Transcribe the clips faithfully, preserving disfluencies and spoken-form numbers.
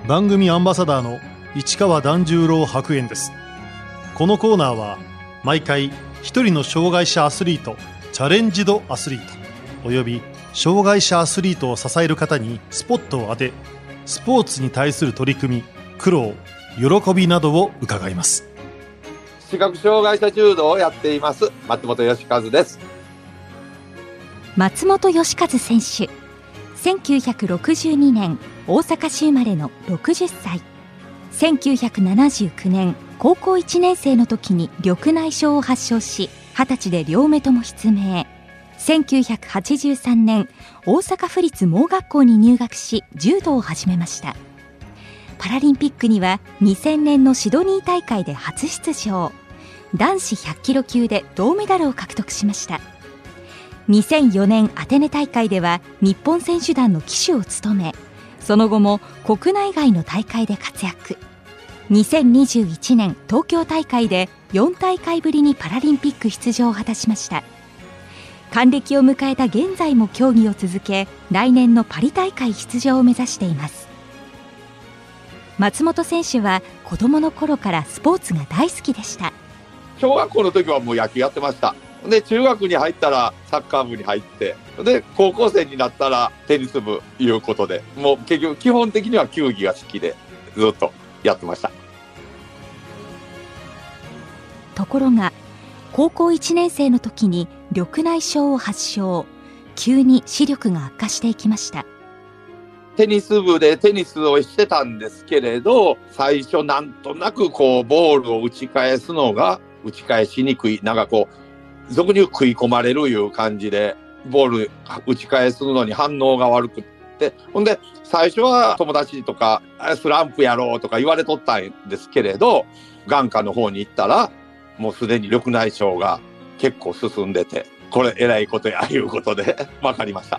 番組アンバサダーの市川團十郎白猿です。このコーナーは毎回一人の障害者アスリート、チャレンジドアスリートおよび障害者アスリートを支える方にスポットを当て、スポーツに対する取り組み、苦労、喜びなどを伺います。 視覚障害者柔道をやっています松本義和です。 松本義和選手、せんきゅうひゃくろくじゅうにねん大阪市生まれのろくじゅっさい。せんきゅうひゃくななじゅうきゅうねん高校いちねん生の時に緑内障を発症し、はたちで両目とも失明。せんきゅうひゃくはちじゅうさんねん大阪府立盲学校に入学し、柔道を始めました。パラリンピックにはにせんねんのシドニー大会で初出場。男子ひゃっキロ級で銅メダルを獲得しました。にせんよねんアテネ大会では日本選手団の旗手を務め、その後も国内外の大会で活躍。にせんにじゅういちねん東京大会でよん大会ぶりにパラリンピック出場を果たしました。還暦を迎えた現在も競技を続け、来年のパリ大会出場を目指しています。松本選手は子どもの頃からスポーツが大好きでした。 小学校の時はもう野球やってました。で中学に入ったらサッカー部に入って、で高校生になったらテニス部いうことで、もう結局基本的には球技が好きでずっとやってました。 ところが高校いちねん生の時に緑内障を発症。急に視力が悪化していきました。 テニス部でテニスをしてたんですけれど、最初なんとなくこうボールを打ち返すのが打ち返しにくい、なんかこう俗に言う食い込まれるいう感じで、ボール打ち返すのに反応が悪くって、ほんで最初は友達とかスランプやろうとか言われとったんですけれど、眼科の方に行ったらもうすでに緑内障が結構進んでて、これえらいことやいうことで分かりました。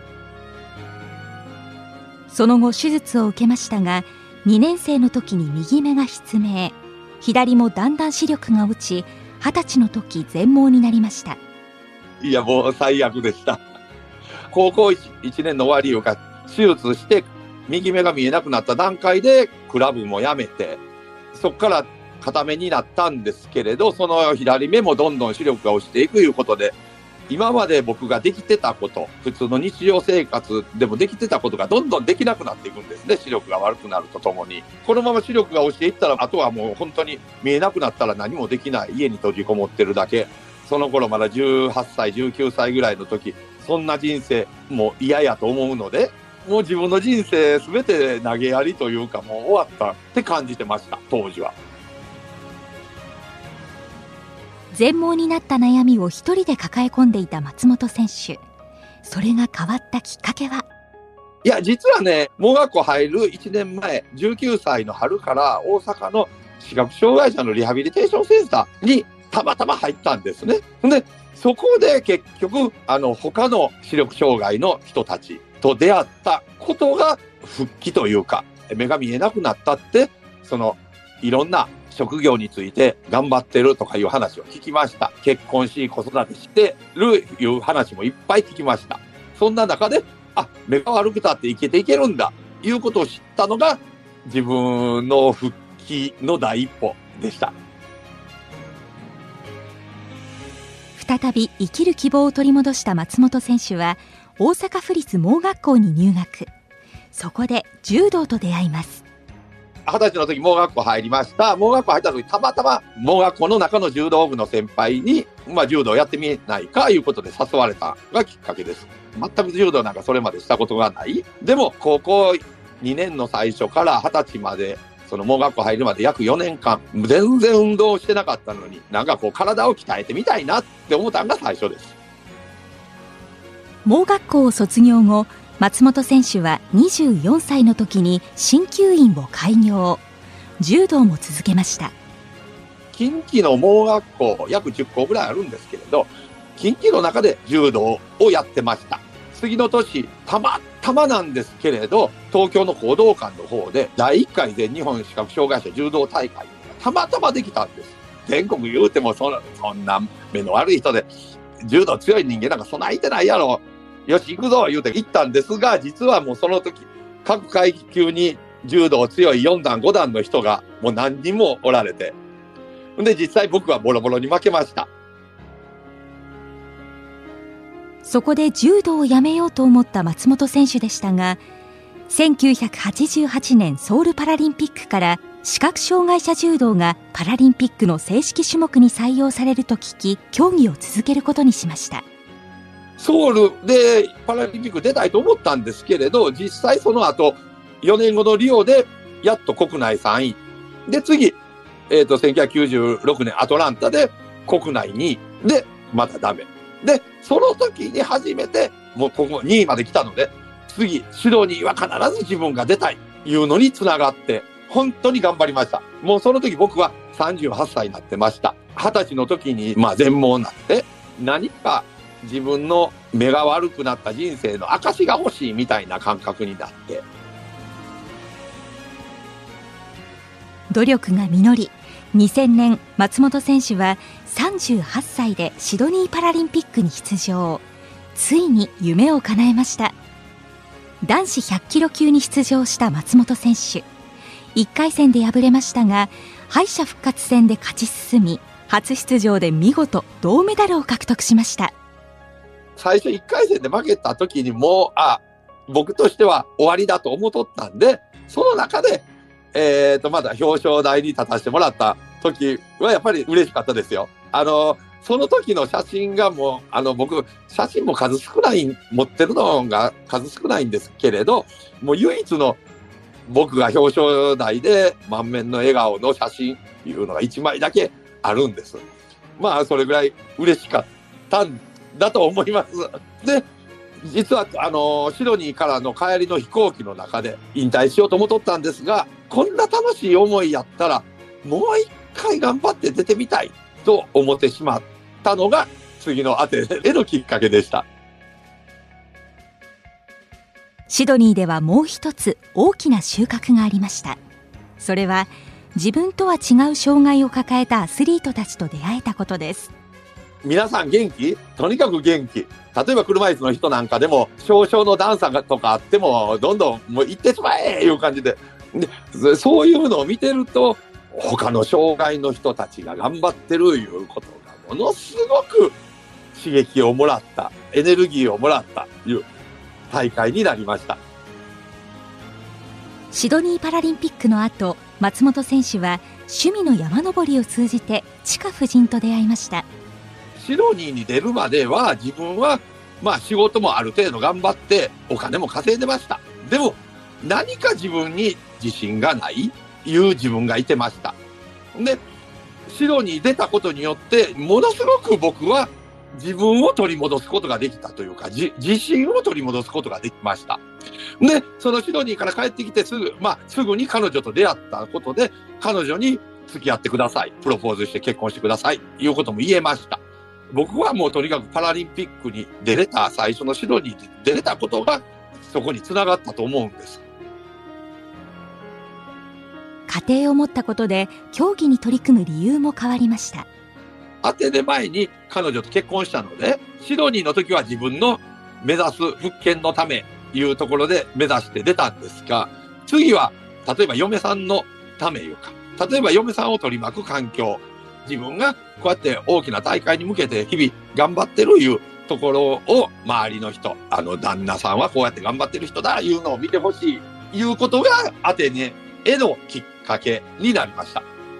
その後手術を受けましたが、にねん生の時に右目が失明、左もだんだん視力が落ち、はたちの時全盲になりました。 いやもう最悪でした。高校 1, いちねんの終わりいうか、手術して右目が見えなくなった段階でクラブもやめて、そこから片目になったんですけれど、その左目もどんどん視力が落ちていくいうことで、今まで僕ができてたこと、普通の日常生活でもできてたことがどんどんできなくなっていくんですね。視力が悪くなるとともに、このまま視力が落ちていったら、あとはもう本当に見えなくなったら何もできない、家に閉じこもってるだけ。その頃まだじゅうはっさいじゅうきゅうさいぐらいの時、そんな人生もう嫌やと思うので、もう自分の人生全て投げやりというか、もう終わったって感じてました、当時は。 全盲になった悩みを一人で抱え込んでいた松本選手。それが変わったきっかけは？ いや実はね、盲学校入るいちねんまえ、じゅうきゅうさいの春から大阪の視覚障害者のリハビリテーションセンターにたまたま入ったんですね。でそこで結局あの他の視力障害の人たちと出会ったことが復帰というか、目が見えなくなったって、そのいろんな職業について頑張ってるとかいう話を聞きました。結婚し子育てしてるいう話もいっぱい聞きました。そんな中で、あ、目が悪くたって生きていけるんだいうことを知ったのが自分の復帰の第一歩でした。 再び生きる希望を取り戻した松本選手は大阪府立盲学校に入学。そこで柔道と出会います。 はたちの時盲学校入りました。盲学校入った時たまたま盲学校の中の柔道部の先輩に、まあ、柔道やってみないかいうことで誘われたのがきっかけです。全く柔道なんかそれまでしたことがない。でも高校にねんの最初からはたちまで、その盲学校入るまで約よねんかん全然運動してなかったのに、なんかこう体を鍛えてみたいなって思ったのが最初です。 盲学校を卒業後、松本選手はにじゅうよんさいの時に鍼灸院を開業。柔道も続けました。 近畿の盲学校約じゅっこぐらいあるんですけれど、近畿の中で柔道をやってました。次の年たまたまなんですけれど、東京の講道館の方でだいいっかい全日本視覚障害者柔道大会がたまたまできたんです。全国言うてもそんな、そんな目の悪い人で柔道強い人間なんかそんな相手ないやろ、よし行くぞ言うて行ったんですが、実はもうその時各階級に柔道強いよん段ご段の人がもう何人もおられて、で実際僕はボロボロに負けました。 そこで柔道をやめようと思った松本選手でしたが、せんきゅうひゃくはちじゅうはちねんソウルパラリンピックから視覚障害者柔道がパラリンピックの正式種目に採用されると聞き、競技を続けることにしました。 ソウルでパラリンピック出たいと思ったんですけれど、実際その後よねんごのリオでやっと国内さんいで、次、えーとせんきゅうひゃくきゅうじゅうろくねんアトランタで国内にいでまたダメで、その時に初めてもうここにいまで来たので、次シドニーは必ず自分が出たいいうのにつながって本当に頑張りました。もうその時僕はさんじゅうはっさいになってました。はたちの時にまあ全盲になって、何か自分の目が悪くなった人生の証が欲しいみたいな感覚になって、 努力が実り、にせんねん松本選手はさんじゅうはっさいでシドニーパラリンピックに出場。ついに夢を叶えました。男子ひゃっキロ級に出場した松本選手、いっかい戦で敗れましたが、敗者復活戦で勝ち進み、初出場で見事銅メダルを獲得しました。 最初いっかい戦で負けた時にもうあ僕としては終わりだと思っとったんで、その中でえーとまだ表彰台に立たせてもらった時はやっぱり嬉しかったですよ。あのその時の写真がもうあの僕写真も数少ない持ってるのが数少ないんですけれど、もう唯一の僕が表彰台で満面の笑顔の写真いうのがいちまいだけあるんです。まあそれぐらい嬉しかったんだと思います。で実はあのシドニーからの帰りの飛行機の中で引退しようと思っとったんですが、こんな楽しい思いやったらもう一回頑張って出てみたいと思ってしまったのが次のアテネへのきっかけでした。 シドニーではもう一つ大きな収穫がありました。それは自分とは違う障害を抱えたアスリートたちと出会えたことです。 皆さん元気？とにかく元気。例えば車椅子の人なんかでも少々の段差とかあってもどんどんもう行ってしまえいう感じで、でそういうのを見てると他の障害の人たちが頑張ってるいうことがものすごく刺激をもらった、エネルギーをもらったいう大会になりました。 シドニーパラリンピックの後、松本選手は趣味の山登りを通じてチカ夫人と出会いました。 シドニーに出るまでは自分はまあ仕事もある程度頑張ってお金も稼いでました。でも何か自分に自信がないいう自分がいてました。でシドニー出たことによってものすごく僕は自分を取り戻すことができたというか、自信を取り戻すことができました。でそのシドニーから帰ってきてすぐ、まあ、すぐに彼女と出会ったことで彼女に付き合ってください、プロポーズして結婚してくださいいうことも言えました。僕はもうとにかくパラリンピックに出れた、最初のシドニーに出れたことがそこにつながったと思うんです。 家庭を持ったことで競技に取り組む理由も変わりました。 アテネ前に彼女と結婚したので、シドニーの時は自分の目指す物件のためいうところで目指して出たんですが、次は例えば嫁さんのためいうか、例えば嫁さんを取り巻く環境、自分がこうやって大きな大会に向けて日々頑張ってるいうところを周りの人、あの旦那さんはこうやって頑張ってる人だいうのを見てほしいいうことがアテネへのきっかけになりました。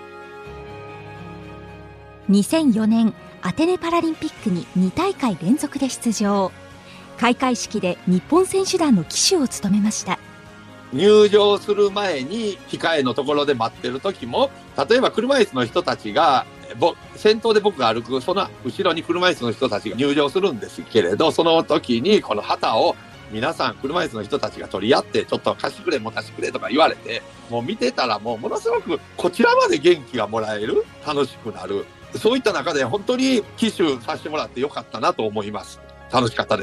にせんよねんアテネパラリンピックにに大会連続で出場。開会式で日本選手団の旗手を務めました。 入場する前に控えのところで待ってる時も、例えば車椅子の人たちが先頭で僕が歩くその後ろに車椅子の人たちが入場するんですけれど、その時にこの旗を皆さん車椅子の人たちが取り合って、ちょっと貸してくれ持たしてくれとか言われて、もう見てたらもうものすごくこちらまで元気がもらえる、楽しくなる、そういった中で本当に騎手させてもらってよかったなと思います。楽しかったです。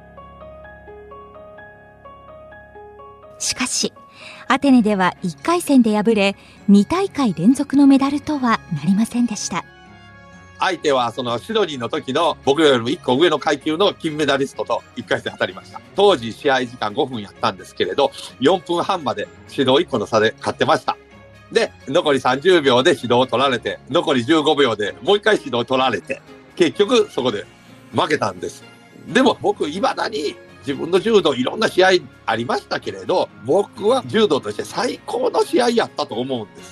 しかしアテネではいっかい戦で敗れ、に大会連続のメダルとはなりませんでした。 相手はそのシドニーの時の僕よりもいっこ上の階級の金メダリストといっかい戦当たりました。当時試合時間ごふんやったんですけれど、よんぷんはんまで指導いっこの差で勝ってました。で、残りさんじゅうびょうで指導を取られて、残りじゅうごびょうでもう一回指導を取られて、結局そこで負けたんです。でも僕未だに自分の柔道いろんな試合ありましたけれど、僕は柔道として最高の試合やったと思うんです。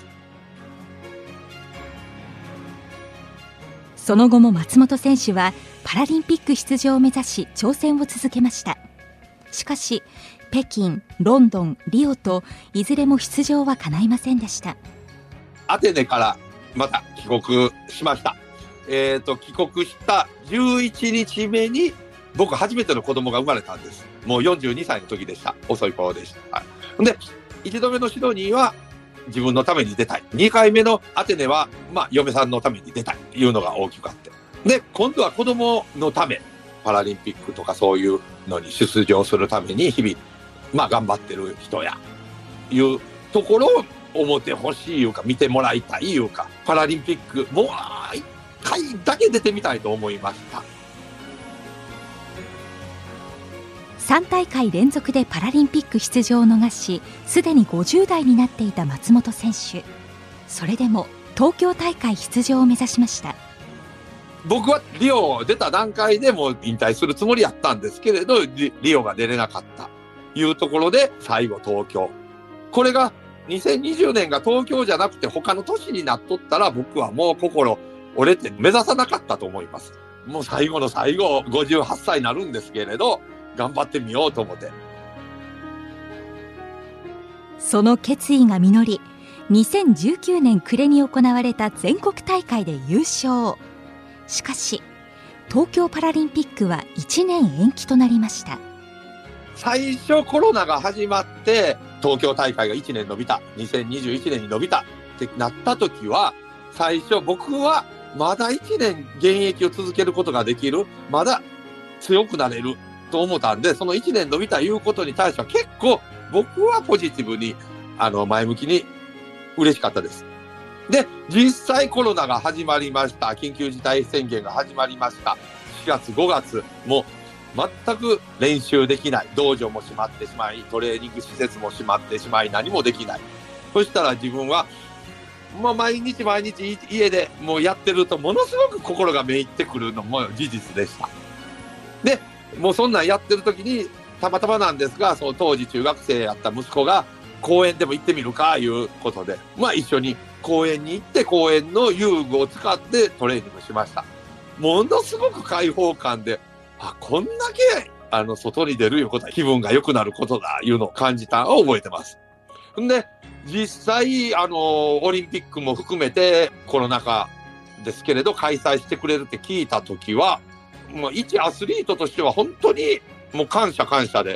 その後も松本選手はパラリンピック出場を目指し挑戦を続けました。しかし北京、ロンドン、リオといずれも出場は叶いませんでした。 アテネからまた帰国しました。えーと、帰国したじゅういちにちめに僕初めての子供が生まれたんです。もうよんじゅうにさいの時でした。遅い子でした。はい、で、いちどめのシドニーは自分のために出たい。にかいめのアテネは、まあ、嫁さんのために出たいというのが大きくあって。で、今度は子供のため、パラリンピックとかそういうのに出場するために日々、まあ、頑張ってる人や、いうところを思ってほしいいうか、見てもらいたいいうか、パラリンピック、もう一回だけ出てみたいと思いました。 さんたいかい連続でパラリンピック出場を逃し、すでにごじゅうだいになっていた松本選手。それでも東京大会出場を目指しました。 僕はリオ出た段階でもう引退するつもりやったんですけれど、リ, リオが出れなかったいうところで最後東京。これがにせんにじゅうねんが東京じゃなくて他の都市になっとったら、僕はもう心折れて目指さなかったと思います。もう最後の最後ごじゅうはっさいになるんですけれど、頑張ってみようと思って。 その決意が実り、にせんじゅうきゅうねん暮れに行われた全国大会で優勝。しかし東京パラリンピックはいちねん延期となりました。 最初コロナが始まって東京大会がいちねん延びた、にせんにじゅういちねんに延びたってなった時は、最初僕はまだいちねん現役を続けることができる、まだ強くなれると思ったんで、そのいちねん延びたいうことに対しては結構僕はポジティブに、あの、前向きに嬉しかったです。で、実際コロナが始まりました。緊急事態宣言が始まりました。しがつ、ごがつ、もう全く練習できない。道場も閉まってしまい、トレーニング施設も閉まってしまい、何もできない。そしたら自分は、まあ、毎日毎日家でもうやってると、ものすごく心がめいってくるのも事実でした。で、もうそんなんやってる時に、たまたまなんですが、その当時中学生やった息子が、公園でも行ってみるか、いうことで、まあ一緒に公園に行って、公園の遊具を使ってトレーニングしました。ものすごく開放感で、あ、こんだけ、あの、外に出るいうことは気分が良くなることだ、いうのを感じたのを覚えてます。んで、実際、あの、オリンピックも含めてコロナ禍ですけれど、開催してくれるって聞いたときは、もう一アスリートとしては本当にもう感謝感謝で。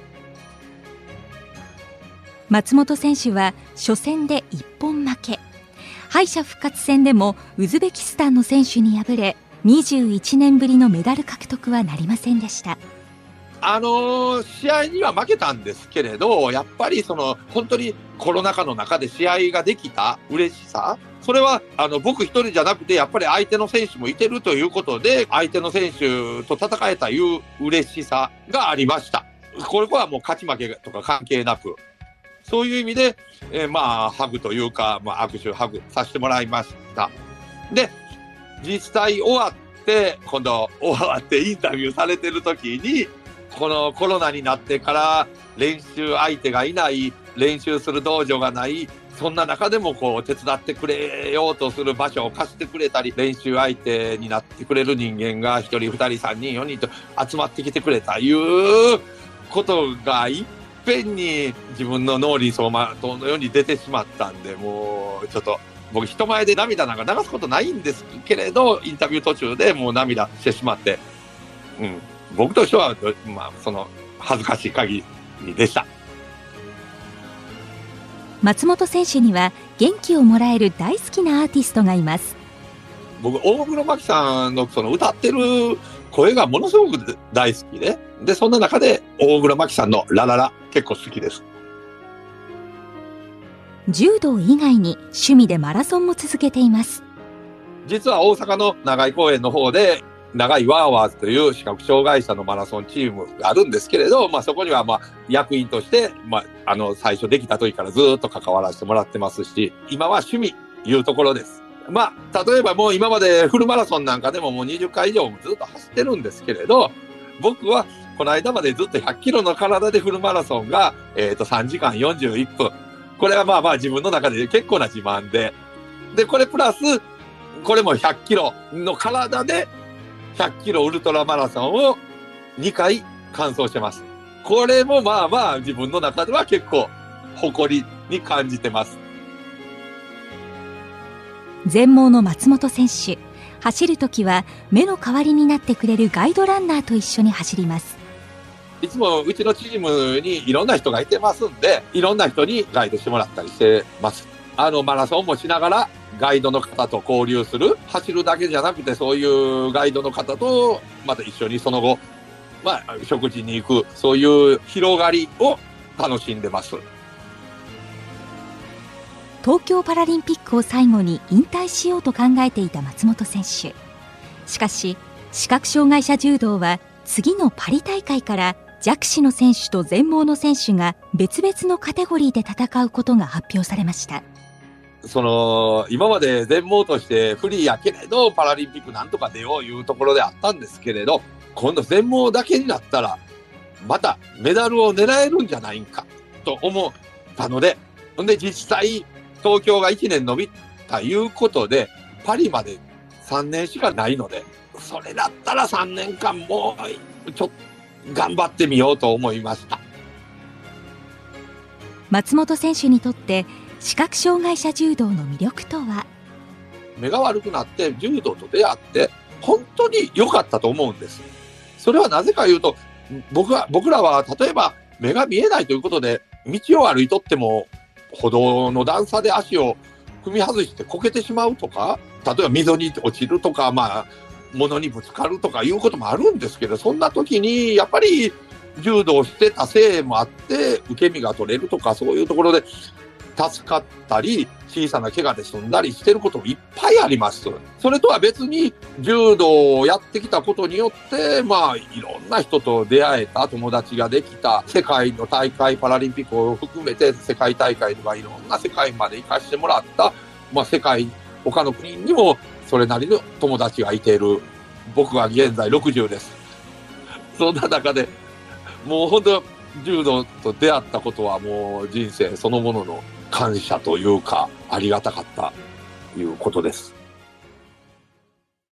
松本選手は初戦で一本負け、敗者復活戦でもウズベキスタンの選手に敗れ、にじゅういちねんぶりのメダル獲得はなりませんでした。 あのー、試合には負けたんですけれど、やっぱりその本当にコロナ禍の中で試合ができた嬉しさ、それはあの僕一人じゃなくて、やっぱり相手の選手もいてるということで、相手の選手と戦えたいう嬉しさがありました。これはもう勝ち負けとか関係なく、そういう意味で、えー、まあハグというか、まあ、握手ハグさせてもらいました。で、実際終わって今度終わってインタビューされてる時に、このコロナになってから練習相手がいない、練習する道場がない、そんな中でもこう手伝ってくれようとする場所を貸してくれたり、練習相手になってくれる人間がひとりふたりさんにんよにんと集まってきてくれたいうことがいっぺんに自分の脳裏走馬灯のように出てしまったんで、もうちょっと僕人前で涙なんか流すことないんですけれど、インタビュー途中でもう涙してしまって、うん、僕としては、まあ、その恥ずかしい限りでした。 松本選手には元気をもらえる大好きなアーティストがいます。 僕、大黒摩季さんのその歌ってる声がものすごく大好きで、で、そんな中で大黒摩季さんのラララ結構好きです。 柔道以外に趣味でマラソンも続けています。 実は大阪の長井公園の方で、長井ワーワーズという視覚障害者のマラソンチームがあるんですけれど、まあそこにはまあ役員として、まああの最初できた時からずっと関わらせてもらってますし、今は趣味いうところです。まあ例えばもう今までフルマラソンなんかでももうにじゅっかい以上もずっと走ってるんですけれど、僕はこの間までずっとひゃっキロの体でフルマラソンが、えっとさんじかんよんじゅういっぷん。これはまあまあ自分の中で結構な自慢で、で、これプラス、これもひゃっキロの体でひゃっキロウルトラマラソンをにかい完走してます。これもまあまあ自分の中では結構誇りに感じてます。 全盲の松本選手、走るときは目の代わりになってくれるガイドランナーと一緒に走ります。 いつもうちのチームにいろんな人がいてますんで、いろんな人にガイドしてもらったりしてます。あのマラソンもしながらガイドの方と交流する、走るだけじゃなくてそういうガイドの方とまた一緒にその後、まあ食事に行く、そういう広がりを楽しんでます。 東京パラリンピックを最後に引退しようと考えていた松本選手。しかし視覚障害者柔道は次のパリ大会から弱視の選手と全盲の選手が別々のカテゴリーで戦うことが発表されました。 その今まで全盲としてフリーやけれどパラリンピックなんとか出よういうところであったんですけれど、今度全盲だけになったらまたメダルを狙えるんじゃないかと思ったので、で実際東京がいちねん伸びたいうことでパリまでさんねんしかないので、それだったらさんねんかんもうちょっと頑張ってみようと思いました。 松本選手にとって視覚障害者柔道の魅力とは？ 目が悪くなって柔道と出会って本当に良かったと思うんです。それはなぜか言うと、僕は僕らは例えば目が見えないということで道を歩いとっても歩道の段差で足を踏み外してこけてしまうとか、例えば溝に落ちるとか、まあ物にぶつかるとかいうこともあるんですけど、そんな時にやっぱり柔道してたせいもあって受け身が取れるとか、そういうところで助かったり小さな怪我で済んだりしてることもいっぱいあります。それとは別に柔道をやってきたことによってまあいろんな人と出会えた、友達ができた、世界の大会パラリンピックを含めて世界大会とかいろんな世界まで行かしてもらった、まあ世界他の国にもそれなりの友達がいている。僕は現在ろくじゅうです。そんな中でもう本当柔道と出会ったことはもう人生そのものの感謝というかありがたかったということです。